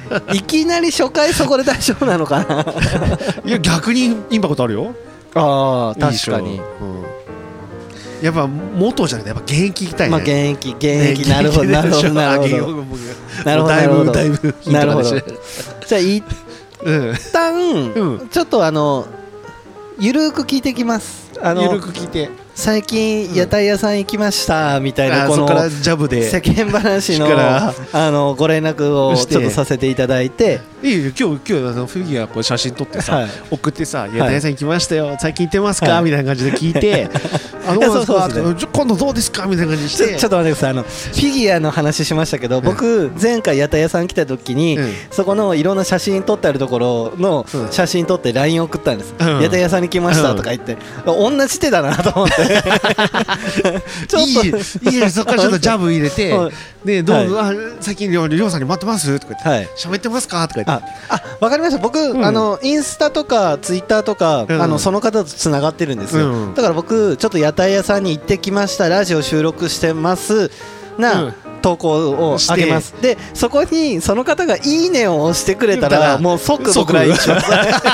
いきなり初回そこで大丈夫なのかな。 いや逆にインパクトあるよ。 ああ確かに、うん、 やっぱ元じゃなくてやっぱ現役行きたいね。 まあ現役現役、ね、なるほどなるほどなるほどなるほどなるほどだいぶなるほど。じゃあ一旦、うん、ちょっとあのゆるく聞いてきます。あのゆるく聞いて最近屋台屋さん行きましたみたいな、このジャブで世間話のあのご連絡をちょっとさせていただいて、 いいよ今日今日あのフィギュアこう写真撮ってさ送ってさ、屋台屋さん行きましたよ最近行ってますかみたいな感じで聞いて、あどうですか今度どうですかみたいな感じでして、 ちょっと待ってください。あのフィギュアの話しましたけど、僕前回屋台屋さん来た時にそこのいろんな写真撮ってあるところの写真撮って ライン 送ったんです。屋台屋さんに来ましたとか言って同じ手だなと思って。 ちょっといいいいそこからちょっとジャブ入れて、でどう、はい、あ最近りょうさんに待ってますとか言って喋、はい、ってますかとか言って、 ああ分かりました。僕、うん、あのインスタとかツイッターとか、うん、あのその方とつながってるんですよ、うん、だから僕ちょっと屋台屋さんに行ってきましたラジオ収録してますな、うん投稿をあげます。でそこにその方がいいねを押してくれたらもう即僕ラインします。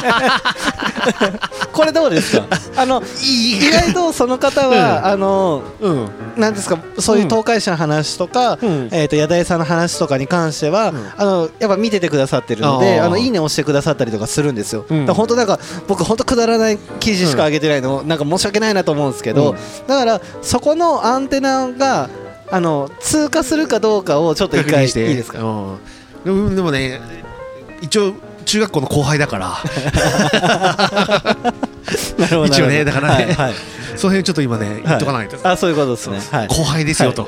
これどうですか。あの意外とその方は、うん、あの、うん、なんですかそういう東海市の話とか、うん、えっと屋台さんの話とかに関しては、うん、あのやっぱ見ててくださってるので、あのいいねを押してくださったりとかするんですよ。うん、だから本当なんか僕本当くだらない記事しか上げてないの、うん、なんか申し訳ないなと思うんですけど、うん、だからそこのアンテナがあの通過するかどうかをちょっと一回いいですか。 うん、でもね一応中学校の後輩だから一応ねだからね、はいはい、その辺ちょっと今ね言っとかないと、 はい、あそういうことですね、 はい、後輩ですよと、はい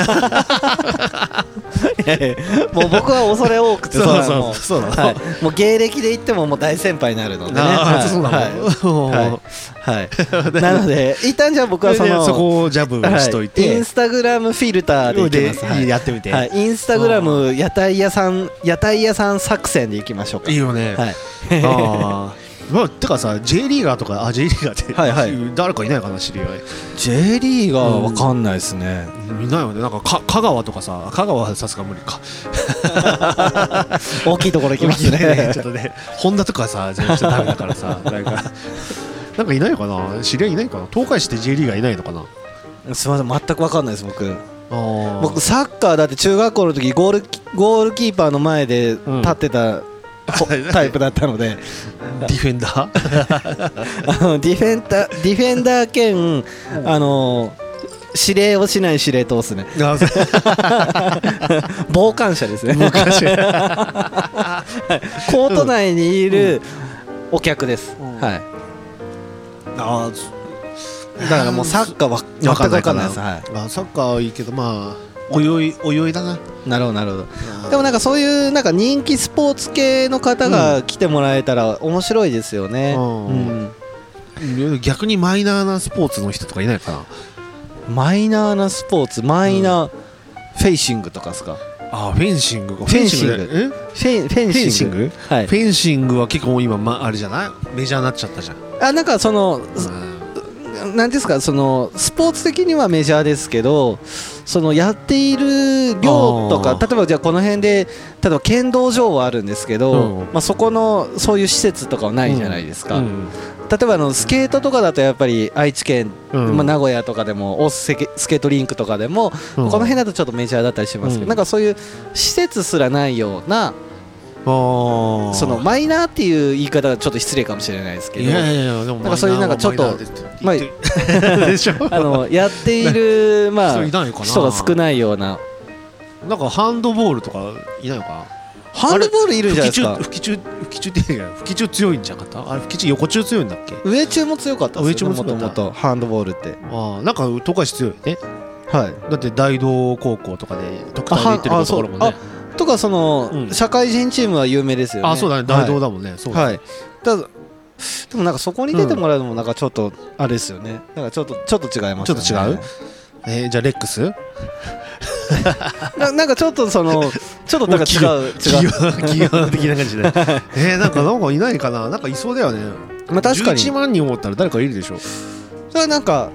いやいやもう僕は恐れ多くてそうそうそうそう、 はい、もう芸歴で言ってももう大先輩になるのでね、 あそうなの、はいはい、なので一旦じゃあ僕はそのそこをジャブしといて、 はい、インスタグラムフィルターでいきます、 はい、やってみて、 はい、インスタグラム屋台屋さん屋台屋さん作戦でいきましょうか。 いいよね、はい、あまあ、てかさ J リーガーとかあ J リーガーって、はいはい、誰かいないかな知り合い J リーガーは分かんないですね、 うん、いないよね。なんかか香川とかさ香川はさすが無理か大きいところ行きますねちょっとねホンダとかさ全然ダメだからさなんかなんかいないかな知り合いいないかな東海市って J リーガーいないのかな。 すみません全く分かんないです僕。あ僕サッカーだって中学校の時ゴールゴールキーパーの前で立ってた、うんタイプだったのでディフェンダーあのディフェンダーディフェンダー兼あの指令をしない司令塔ですね傍観者ですねコート内にいるお客です、うんうん、はいあだからもうサッカーは全く分かんないです、はい、 あサッカーはいいけどまあ泳い泳いだな。 なるほどなるほど。でもなんかそういうなんか人気スポーツ系の方が来てもらえたら面白いですよね、うんうん、逆にマイナーなスポーツの人とかいないかな。 マイナーなスポーツマイナー、うん、フェイシングとかですか。 あフェンシングフェンシングフェンシングはいフェンシングは結構今、ま、あれじゃないメジャーになっちゃったじゃん。 あなんかその、うんなんですかそのスポーツ的にはメジャーですけどそのやっている量とか例えばじゃあこの辺で例えば剣道場はあるんですけど、うんまあ、そこのそういう施設とかはないじゃないですか、うんうん、例えばあのスケートとかだとやっぱり愛知県、うんまあ、名古屋とかでも大スケートリンクとかでも、うん、この辺だとちょっとメジャーだったりしますけど、うん、なんかそういう施設すらないようなそのマイナーっていう言い方がちょっと失礼かもしれないですけど、いやいやいやでもなんかそういうなんかちょっとまああのやっているまあ人が少ないようななんかハンドボールとかいないのかな。 ハンドボールいるんじゃないですか。 吹き中吹き中って吹き中強いんじゃなかった。あれ吹き中横中強いんだっけ。 上中も強かったですよね。もともとハンドボールってあなんか東海市強いね。はいだって大道高校とかで特待で行ってるところもねとかその、うん、社会人チームは有名ですよね。 あそうだね大道だもんね、はい、そうだ、ねはい、 ただでもなんかそこに出てもらうのもなんかちょっとあれですよね。なんかちょっとちょっと違いますよね。 ちょっと違う、えー、じゃあレックスな, なんかちょっとそのちょっとなんか違う違う企業的な感じでえー、なんかなんかいないかな。なんかいそうだよね。 まあ確かにじゅういちまんにん思ったら誰かいるでしょ。 それはなんか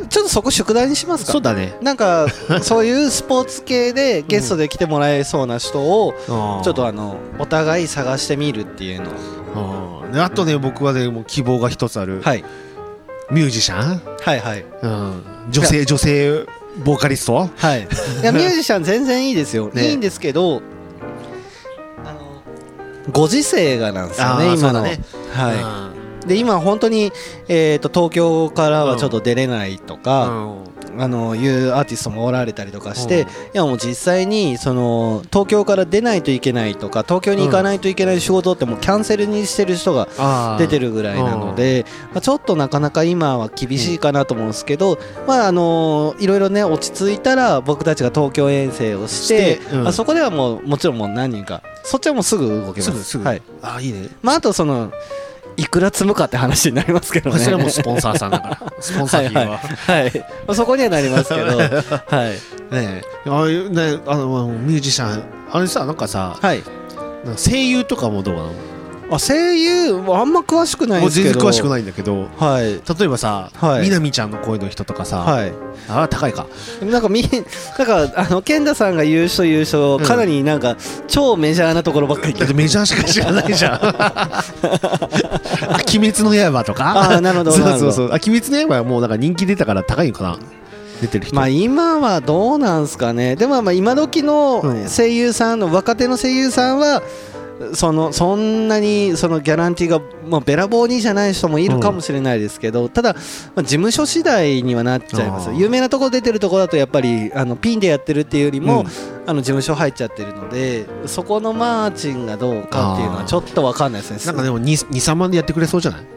ちょっとそこ宿題にしますか。 そうだね。 なんかそういうスポーツ系でゲストで来てもらえそうな人をちょっとあのお互い探してみるっていうのを。 あ, であとね僕はねもう希望が一つある、 はい、 ミュージシャン、 はいはい、 うん、女性女性ボーカリスト、 はい、いやミュージシャン全然いいですよ、ね、いいんですけどあのご時世がなんですよね今の、ね、はい、で今本当に、えー、と東京からはちょっと出れないとか、うん、あのいうアーティストもおられたりとかして、うん、いやもう実際にその東京から出ないといけないとか東京に行かないといけない仕事ってもうキャンセルにしてる人が出てるぐらいなので、まあ、ちょっとなかなか今は厳しいかなと思うんですけど、うん、まああのいろいろね落ち着いたら僕たちが東京遠征をして、してうんまあ、そこではもうもちろんもう何人かそっちはもうすぐ動けます。すぐすぐ、はい、 あいいね。 まああとそのいくら積むかって話になりますけどね。 それはもうスポンサーさんだからスポンサー費ははい、はいはい、そこにはなりますけどはいねえああいうねあのミュージシャンあれさなんかさ、はい、なんか声優とかもどうなの。 あ声優あんま詳しくないんですけど全然詳しくないんだけど、はい、例えばさ、はい、みなみちゃんの声の人とかさ、はい、あ高いかなんかみなんかあの健太さんが優勝優勝、うん、かなりなんか超メジャーなところばっかりだってメジャーしか知らないじゃんあ鬼滅の刃とかあなるほどそうそうそうあ鬼滅の刃はもうなんか人気出たから高いのかな出てる人。 まあ今はどうなんすかね。でもまあ今時の声優さんの、うん、若手の声優さんはそのそんなにそのギャランティーがもうべらぼうにじゃない人もいるかもしれないですけど、うん、ただ、まあ、事務所次第にはなっちゃいます。有名なところ出てるところだとやっぱりあのピンでやってるっていうよりも、うん、あの事務所入っちゃってるのでそこのマーチンがどうかっていうのはちょっと分かんないですね。 なんかでも にさんまんでやってくれそうじゃない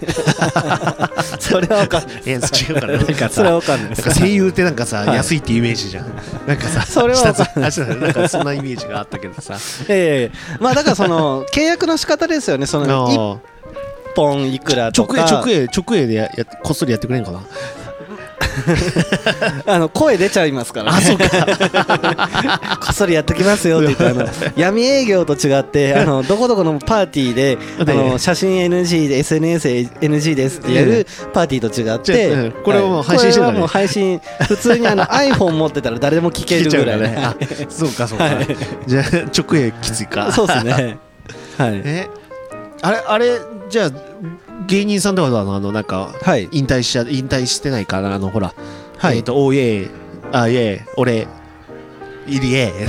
それは分かんない。 違うからなんかさそれは分かんないです。 なんか声優ってなんかさ、はい、安いってイメージじゃん。なんかさそれは分かんない。 なんかそんなイメージがあったけどさええまあだからその契約の仕方ですよね。そのいっぽんいくらとか直営直営でややこっそりやってくれんかなあの声出ちゃいますからね。 あそうかこっそりやっときますよって言ってあの闇営業と違ってあのどこどこのパーティーであの写真 エヌジー で エスエヌエス エヌジー ですってやるパーティーと違って、 うん、これはもう配信してるんだね。これはもう配信普通にあの iPhone 持ってたら誰でも聞けるぐらいね。 あそうかそうか、はい、じゃあ直営きついか。 そうですねはい。 えあれあれじゃあ芸人さんとかだのあのなんか引退しちゃ引退してないかなあのほら、はい、えっ、ー、とおーイエーあイエー俺いりえ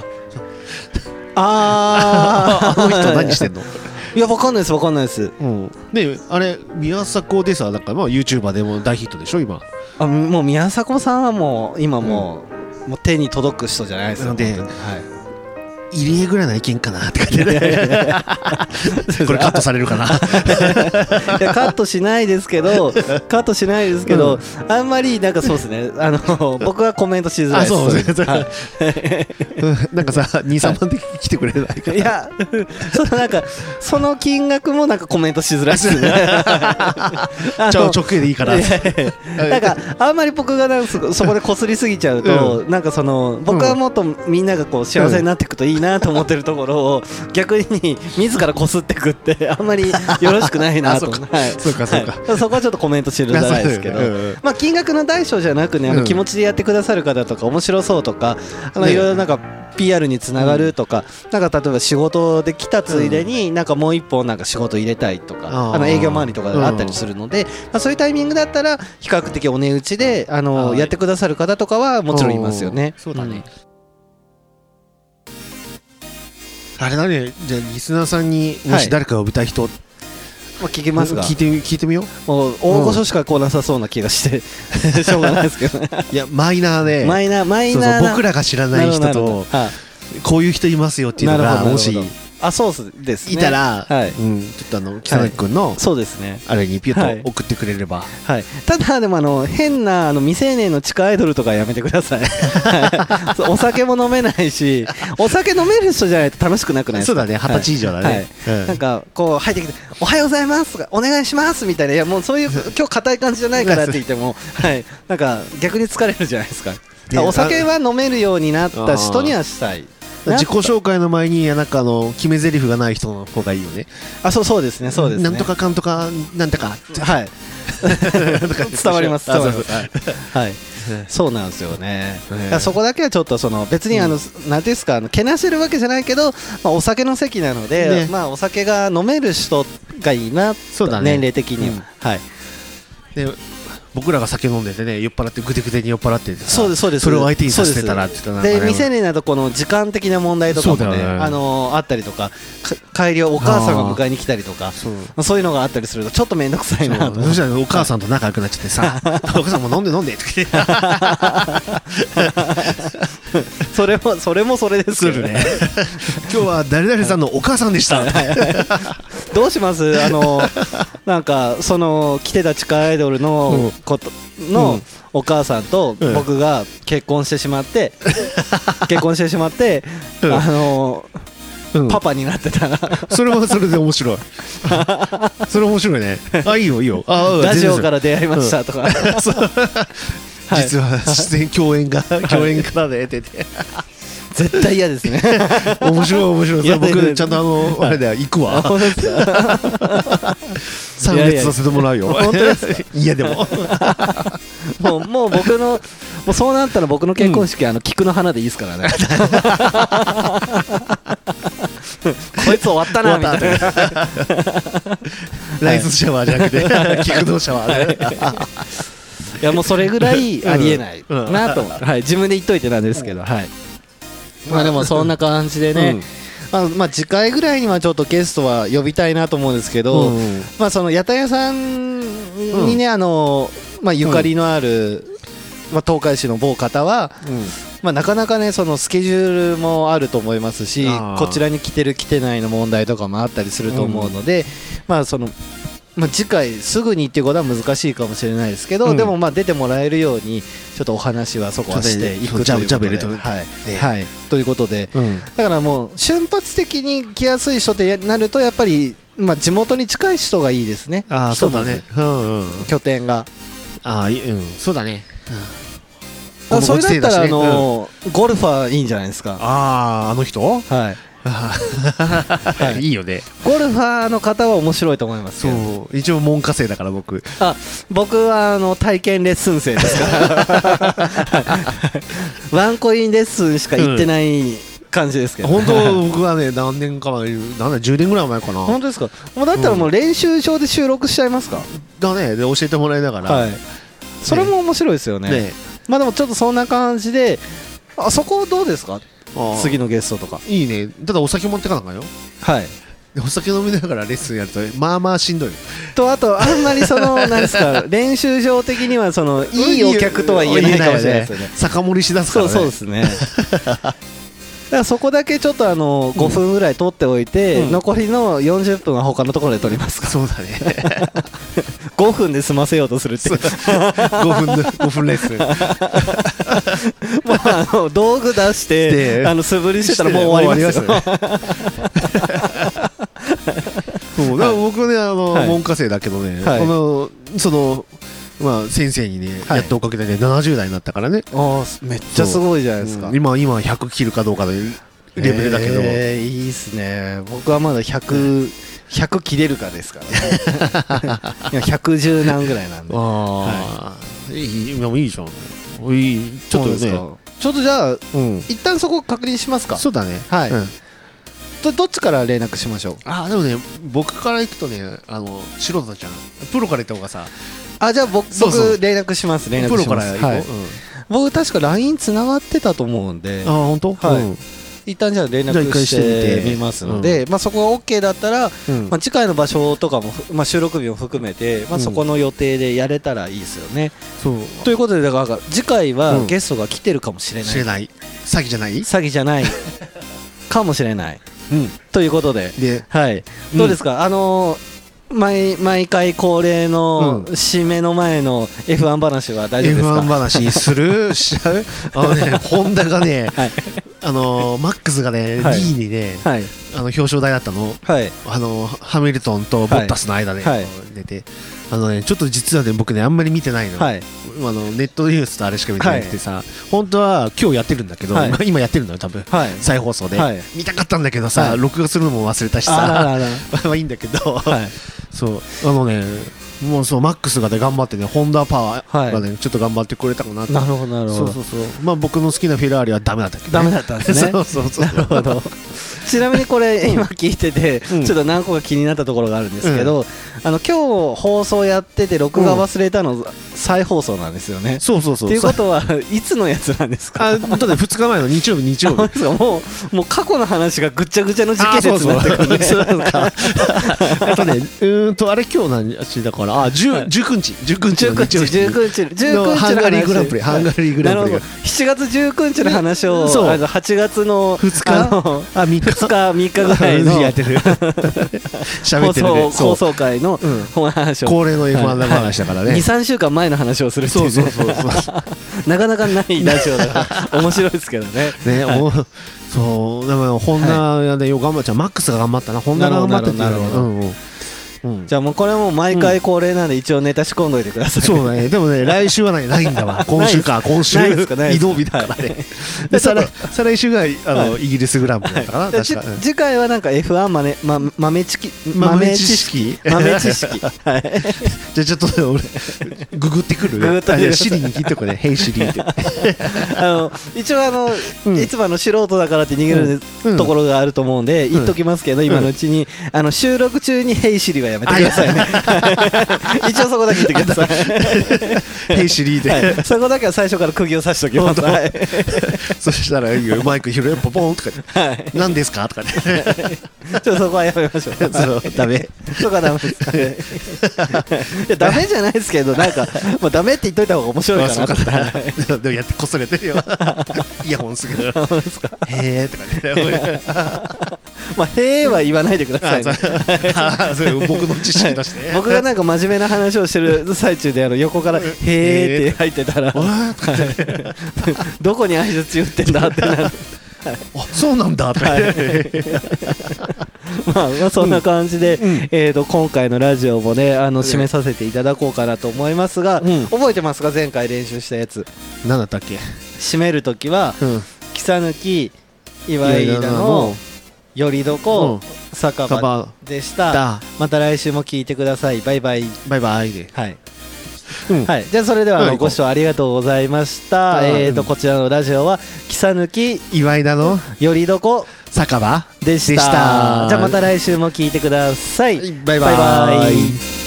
あああの人何してんのいやわかんないですわかんないです、 うん、であれ宮迫でさなんかまあ YouTuber でも大ヒットでしょ今。 あもう宮迫さんはもう今もう、うん、もう手に届く人じゃないですよで、はい入り江ぐらいの意見かなって感じでこれカットされるかな。いやカットしないですけどカットしないですけど、うん、あんまりなんかそうですねあの僕はコメントしづらいです。 あそうですね、はい、なんかさにさんまんで来てくれないかな。 いやそのなんかその金額もなんかコメントしづらいですね。 ちょ直営でいいかな。 なんかあんまり僕がなんかそこでこすりすぎちゃうと、うん、なんかその僕はもっとみんながこう幸せになっていくといいいなと思ってるところを逆に自らこすってくってあんまりよろしくないなと。そうか、はい、そうかそうか、はい、そこはちょっとコメントしづらいですけど、まあ金額の大小じゃなくねあの気持ちでやってくださる方とか面白そうとかあのいろいろなんか ピーアール につながるとか、うん、なんか例えば仕事で来たついでになんかもう一本なんか仕事入れたいとか、うん、あの営業周りとかがあったりするので、うんまあ、そういうタイミングだったら比較的お値打ちであのやってくださる方とかはもちろんいますよね。 そうだね、うんあれだね、じゃあリスナーさんにもし誰か呼びたい人、はいまあ、聞けますが聞いて聞いてみよう。 もう大御所しか来なさそうな気がして、うん、しょうがないですけどね。 いやマイナーでマイナーマイナーそうそう僕らが知らない人とこういう人いますよっていうのがもしあそうですねいたら、はいうん、ちょっとあの北崎君の、はい、 そうですねあれにピュッと送ってくれれば、 はいはい、ただでもあの変なあの未成年の地下アイドルとかやめてください。お酒も飲めないしお酒飲める人じゃないと楽しくなくないですか。 そうだねはたち以上だね、はいうん、なんかこう入ってきておはようございますとかお願いしますみたいな、いやもうそういう今日硬い感じじゃないからって言っても、はい、なんか逆に疲れるじゃないですか。お酒は飲めるようになった人にはしたい。 自己紹介の前になんかあの決め台詞がない人の方がいいよね。 あそうそうですねそうですね。 なんとかかんとかなんとかはい伝わります伝わりますはいそうなんですよね。そこだけはちょっとその別にあの、うん、なんていうんですかあのけなしてるわけじゃないけど、まあ、お酒の席なので、ね、まあお酒が飲める人がいいな、そうだね、年齢的には、うん、はいで僕らが酒飲んでてね酔っ払ってぐてぐてに酔っ払っててさそうですそうですそれを相手にさせてたらって言ったらで未成年だとこの時間的な問題とかもね、ねあのー、あったりとか帰りをお母さんが迎えに来たりとかそうそういうのがあったりするとちょっと面倒くさいなとそしたらお母さんと仲良くなっちゃってさお母さんも飲んで飲んでってそれもそれもそれですよね今日は誰々さんのお母さんでしたどうしますあのなんかその来てた地下アイドルのことのお母さんと僕が結婚してしまって結婚してしまってあのパパになってたらそれはそれで面白いそれ面白いねあいいよいいよあラジオから出会いましたとか実は出演共演が共演からで出て絶対嫌ですね面白い面白いそれ僕ちゃんとあのあれだよ行くわ参列させてもらうよ本当ですいやでももうもう僕のもうそうなったら僕の結婚式、うん、あの菊の花でいいですからねこいつ終わったなみたいなライスシャワーじゃなくて菊のシャワーでいやもうそれぐらいありえないなと、はい、自分で言っといてなんですけど、はい、まあでもそんな感じでね、うんまあ、まあ次回ぐらいにはちょっとゲストは呼びたいなと思うんですけど、うんうん、まあその屋台屋さんにね、うん、あのまあゆかりのある、うんまあ、東海市の某方は、うんまあ、なかなかねそのスケジュールもあると思いますしこちらに来てる来てないの問題とかもあったりすると思うので、うん、まあそのまあ、次回すぐにっていうことは難しいかもしれないですけど、うん、でもまあ出てもらえるようにちょっとお話はそこはしていくということで、はいはい、ということで、うん、だからもう瞬発的に来やすい人ってなるとやっぱりまあ地元に近い人がいいですね。 ああそうだね、うんうん、 拠点がああうんそうだね、 うん、それだったらあの、うん、ゴルファーいいんじゃないですか。 あああの人はいはい、いいよね。 ゴルファーの方は面白いと思いますけど。 そう一応門下生だから僕あ僕はあの体験レッスン生ですからワンコインレッスンしか行ってない感じですけど、 ね、本当僕はね何年か前なんだじゅうねんぐらい前かな。 本当ですか。もうだったらもう練習場で収録しちゃいますか。 だねで教えてもらいながら、はい、 それも面白いですよね。ねまあでもちょっとそんな感じであそこどうですか次のゲストとか。 いいね。ただお酒持ってかなあかんよ。 はいお酒飲みながらレッスンやるとまあまあしんどいとあとあんまりそのなんですか練習場的にはそのいいお客とは言えないかもしれないですよね。 酒盛りしだすからね。 そうそうですねだからそこだけちょっとあのごふんぐらい取っておいて、うん、残りのよんじゅっぷんは他のところで取りますか。 そうだねごふんで済ませようとするってごふんのごふんレッスンもうあの道具出してあの素振りしてたらもう終わりますよねそうだから僕ねあの、はい、門下生だけどね、はい、あのそのまあ先生にね、はい、やっとおかげでねななじゅう代になったからね。 あめっちゃすごいじゃないですか、 うん、今今ひゃく切るかどうかのレベルだけど、 えー、いいっすね。僕はまだひゃくひゃく切れるかですからね今ひゃくじゅう何ぐらいなんで。ああ、 はい、いい今もいいじゃん。いいちょっとねちょっとじゃあ、うん、一旦そこ確認しますか。 そうだねはい、うんど, どっちから連絡しましょう。 あでもね僕から行くとねあの素人じゃんプロから行った方がさあじゃあ 僕, そうそう僕連絡します連絡します。 プロから行こう、はいうん、 僕確か ライン つながってたと思うんで。 あ本当はい、うん一旦じゃあ連絡してみますので、うんまあ、そこが OK だったら、うんまあ、次回の場所とかも、まあ、収録日も含めて、まあ、そこの予定でやれたらいいですよね、うん、ということでだから次回はゲストが来てるかもしれない、 うん、知れない詐欺じゃない詐欺じゃないかもしれない、うん、ということで、 ではい、どうですか、うん、あのー毎, 毎回恒例の締めの前の エフワン 話は大丈夫ですか。 エフワン 話するしちゃうあのねホンダがね、はい、あのマックスがね、はい、ディー にね、はい、あの表彰台だったの、はい、あのハミルトンとボッタスの間で、はい、出てあのねちょっと実はね僕ねあんまり見てないの、はい、あのネットニュースとあれしか見てなくてさ、はい、本当は今日やってるんだけど、はい、今やってるのよ多分、はい、再放送で、はい、見たかったんだけどさ、はい、録画するのも忘れたしさまあいいんだけど、はい、そうあのねもうそうマックスがね頑張ってねホンダパワーがね、はい、ちょっと頑張ってくれたかなと。 なるほどなるほど。 そうそうそう。まあ僕の好きなフェラーリはダメだったけど、ね、 ダメだったんですね。 そうそうそう。 なるほど。ちなみにこれ今聞いてて、うん、ちょっと何個か気になったところがあるんですけど、うん、あの今日放送やってて録画忘れたの再放送なんですよね。 そうそうそう。 っていうことはいつのやつなんですか。 あ、本当ねふつかまえの日曜日日曜日。 もうもう過去の話がぐっちゃぐちゃの時系列になってくるんですよ。 あとねうーんとあれ今日何日だからあじゅうじゅうくにちじゅうくにちの日曜日のハンガリーグランプリハンガリーグランプリしちがつじゅうくにちの話をはちがつのふつかあみっかみっかぐらいのやってる喋ってるね放送回の話を恒例の エフワン の話だからねにさんしゅうかんまえの話をするっていうねなかなかないラジオだから面白いですけどね。 ねそうでもホンダでよ頑張っちゃうマックスが頑張ったなホンダが頑張ってっていううん、じゃあもうこれも毎回恒例なんで一応ネタ仕込んどいてください、 うん、そうねでもね来週はないないんだわ今週か今週移動日だからねで再来再来週があの、はい、イギリスグランプリだったかな、はい、確か次回はなんか エフワン まね、ま、豆知識豆知識豆知識はいじゃあちょっと俺ググってくるググってシリに聞いてこれヘイシリってあの一応あの、うん、いつもあの素人だからって逃げる、うん、ところがあると思うんで、うん、言っときますけど、うん、今のうちにあの収録中にヘイシリはやめてくださいね一応そこだけ言ってくださいヘイシリで、 はい、そこだけは最初から釘を刺しておきます、はい、 そしたらマイク拾えポポンとかはい、 何ですかとかねちょっとそこはやめましょうそうダメそこはダメですいやダメじゃないですけどなんかもうダメって言っといた方が面白いかなとかでもやってこっそりやってるよイヤホンするへーとかねまあへーは言わないでくださいね僕の知識として、 はい、僕がなんか真面目な話をしてる最中であの横からへーって入ってたらどこに挨拶言ってんだってなるあそうなんだとか、はいまあ、まあそんな感じで、うんえー、と今回のラジオもねあの締めさせていただこうかなと思いますが、うん、覚えてますか前回練習したやつ何だったっけ。 締めるときは、うん、草抜き岩井田のよりどこ、うん、酒場でしたまた来週も聞いてくださいバイバイバイバイではいうんはい、じゃあそれではあのご視聴ありがとうございました、えー、とこちらのラジオは草抜き岩井田のよりどこ酒場でした。じゃあまた来週も聞いてください。 バイバイ。バイバイ。